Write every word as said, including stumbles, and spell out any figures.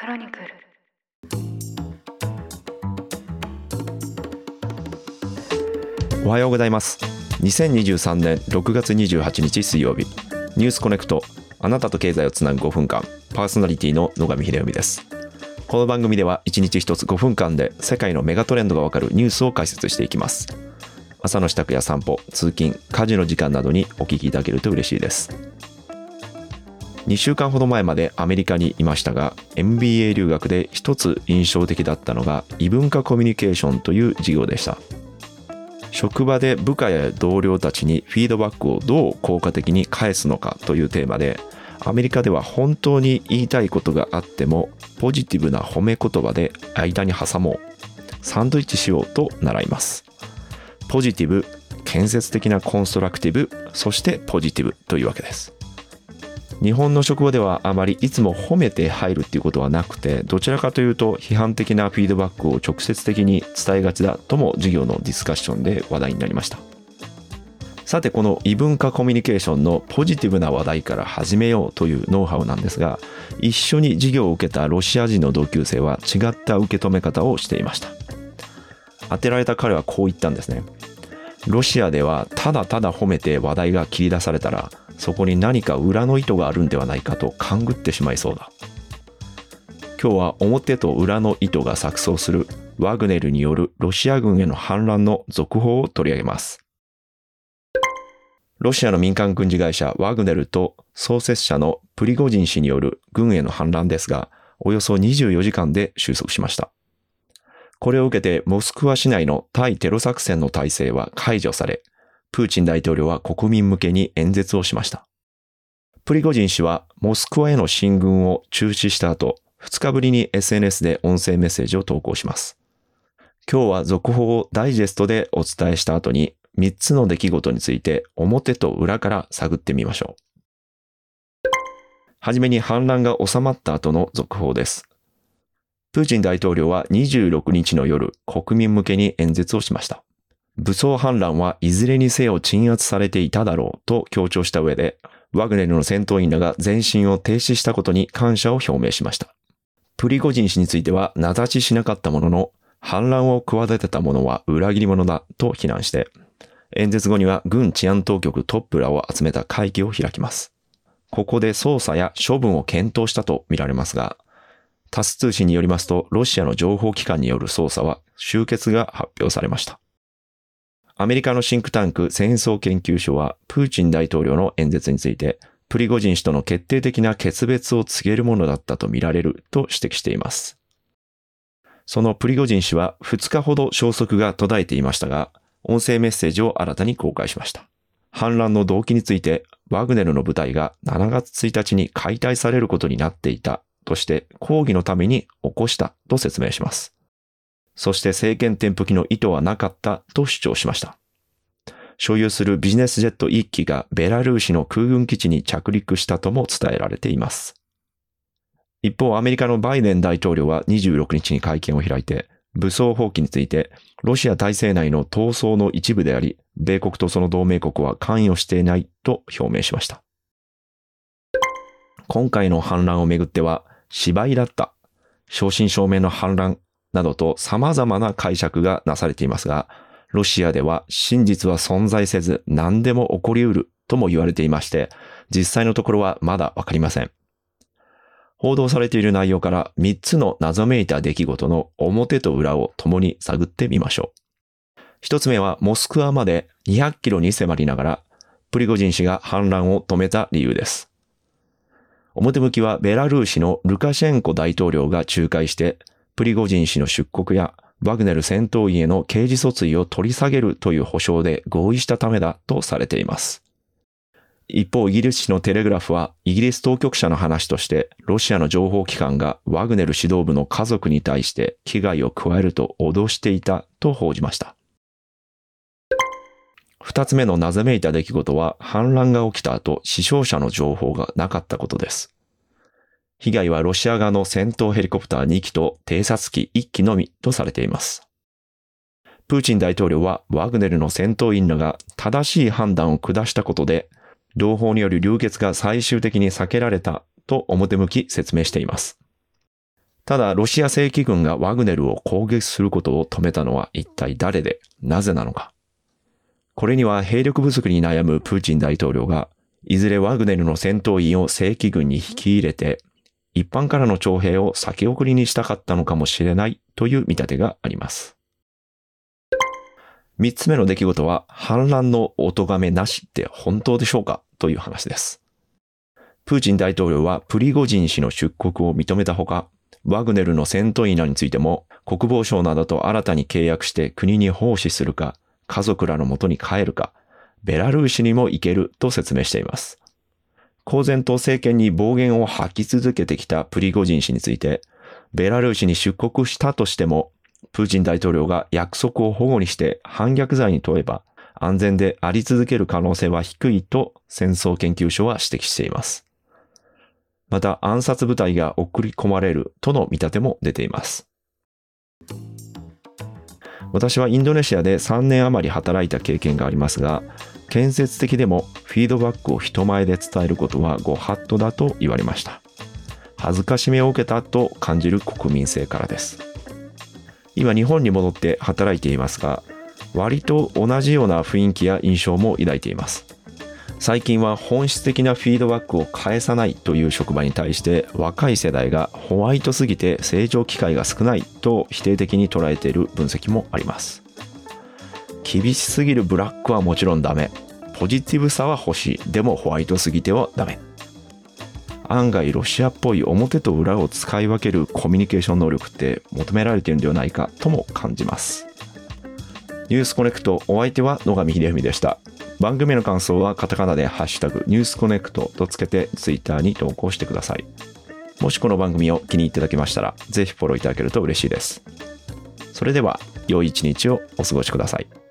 クロニクル。 おはようございます。にせんにじゅうさんねんろくがつにじゅうはちにち水曜日、ニュースコネクト、あなたと経済をつなぐごふんかん、パーソナリティの野上秀臣です。この番組ではいちにちひとつごふんかんで世界のメガトレンドがわかるニュースを解説していきます。朝の支度や散歩、通勤、家事の時間などにお聞きいただけると嬉しいです。にしゅうかんほど前までアメリカにいましたが、 エムビーエー 留学で一つ印象的だったのが異文化コミュニケーションという授業でした。職場で部下や同僚たちにフィードバックをどう効果的に返すのかというテーマで、アメリカでは本当に言いたいことがあってもポジティブな褒め言葉で間に挟もう、サンドイッチしようと習います。ポジティブ、建設的なコンストラクティブ、そしてポジティブというわけです。日本の職場ではあまりいつも褒めて入るっていうことはなくて、どちらかというと批判的なフィードバックを直接的に伝えがちだとも授業のディスカッションで話題になりました。さて、この異文化コミュニケーションのポジティブな話題から始めようというノウハウなんですが、一緒に授業を受けたロシア人の同級生は違った受け止め方をしていました。当てられた彼はこう言ったんですね。ロシアではただただ褒めて話題が切り出されたら、そこに何か裏の意図があるんではないかと勘ぐってしまいそうだ。今日は表と裏の意図が錯綜するワグネルによるロシア軍への反乱の続報を取り上げます。ロシアの民間軍事会社ワグネルと創設者のプリゴジン氏による軍への反乱ですが、およそにじゅうよじかんで収束しました。これを受けてモスクワ市内の対テロ作戦の体制は解除され、プーチン大統領は国民向けに演説をしました。プリゴジン氏はモスクワへの進軍を中止した後、ふつかぶりに エスエヌエス で音声メッセージを投稿します。今日は続報をダイジェストでお伝えした後に、みっつの出来事について表と裏から探ってみましょう。はじめに反乱が収まった後の続報です。プーチン大統領はにじゅうろくにちの夜、国民向けに演説をしました。武装反乱はいずれにせよ鎮圧されていただろうと強調した上で、ワグネルの戦闘員らが前進を停止したことに感謝を表明しました。プリゴジン氏については名指ししなかったものの、反乱を企てた者は裏切り者だと非難して、演説後には軍治安当局トップらを集めた会議を開きます。ここで捜査や処分を検討したとみられますが、タス通信によりますと、ロシアの情報機関による捜査は終結が発表されました。アメリカのシンクタンク戦争研究所は、プーチン大統領の演説について、プリゴジン氏との決定的な決別を告げるものだったとみられると指摘しています。そのプリゴジン氏はふつかほど消息が途絶えていましたが、音声メッセージを新たに公開しました。反乱の動機について、ワグネルの部隊がしちがつついたちに解体されることになっていたとして抗議のために起こしたと説明します。そして政権転覆の意図はなかったと主張しました。所有するビジネスジェットいっきがベラルーシの空軍基地に着陸したとも伝えられています。一方、アメリカのバイデン大統領はにじゅうろくにちに会見を開いて、武装蜂起について、ロシア体制内の闘争の一部であり、米国とその同盟国は関与していないと表明しました。今回の反乱をめぐっては、芝居だった、正真正銘の反乱などと様々な解釈がなされていますが、ロシアでは真実は存在せず何でも起こり得るとも言われていまして、実際のところはまだわかりません。報道されている内容からみっつの謎めいた出来事の表と裏を共に探ってみましょう。一つ目はモスクワまでにひゃくキロに迫りながらプリゴジン氏が反乱を止めた理由です。表向きはベラルーシのルカシェンコ大統領が仲介してプリゴジン氏の出国やワグネル戦闘員への刑事訴追を取り下げるという保証で合意したためだとされています。一方、イギリス紙のテレグラフはイギリス当局者の話としてロシアの情報機関がワグネル指導部の家族に対して危害を加えると脅していたと報じました。二つ目の謎めいた出来事は反乱が起きた後死傷者の情報がなかったことです。被害はロシア側の戦闘ヘリコプターにきと偵察機いっきのみとされています。プーチン大統領はワグネルの戦闘員らが正しい判断を下したことで同胞による流血が最終的に避けられたと表向き説明しています。 ただ、ロシア正規軍がワグネルを攻撃することを止めたのは一体誰で、なぜなのか。これには兵力不足に悩むプーチン大統領が、いずれワグネルの戦闘員を正規軍に引き入れて、一般からの徴兵を先送りにしたかったのかもしれないという見立てがあります。三つ目の出来事は、反乱のお咎めなしって本当でしょうかという話です。プーチン大統領はプリゴジン氏の出国を認めたほか、ワグネルの戦闘員らについても国防省などと新たに契約して国に奉仕するか、家族らの元に帰るか、ベラルーシにも行けると説明しています。公然と政権に暴言を吐き続けてきたプリゴジン氏について、ベラルーシに出国したとしても、プーチン大統領が約束を反故にして反逆罪に問えば、安全であり続ける可能性は低いと戦争研究所は指摘しています。また暗殺部隊が送り込まれるとの見立ても出ています。私はインドネシアでさんねん余り働いた経験がありますが、建設的でもフィードバックを人前で伝えることはご法度だと言われました。恥ずかしめを受けたと感じる国民性からです。今日本に戻って働いていますが、割と同じような雰囲気や印象も抱いています。最近は本質的なフィードバックを返さないという職場に対して若い世代がホワイトすぎて成長機会が少ないと否定的に捉えている分析もあります。厳しすぎるブラックはもちろんダメ。ポジティブさは欲しい。でもホワイトすぎてはダメ。案外ロシアっぽい表と裏を使い分けるコミュニケーション能力って求められているんではないかとも感じます。ニュースコネクト、お相手は野上秀文でした。番組の感想はカタカナでハッシュタグニュースコネクトとつけてツイッターに投稿してください。もしこの番組を気に入っていただけましたら、ぜひフォローいただけると嬉しいです。それでは良い一日をお過ごしください。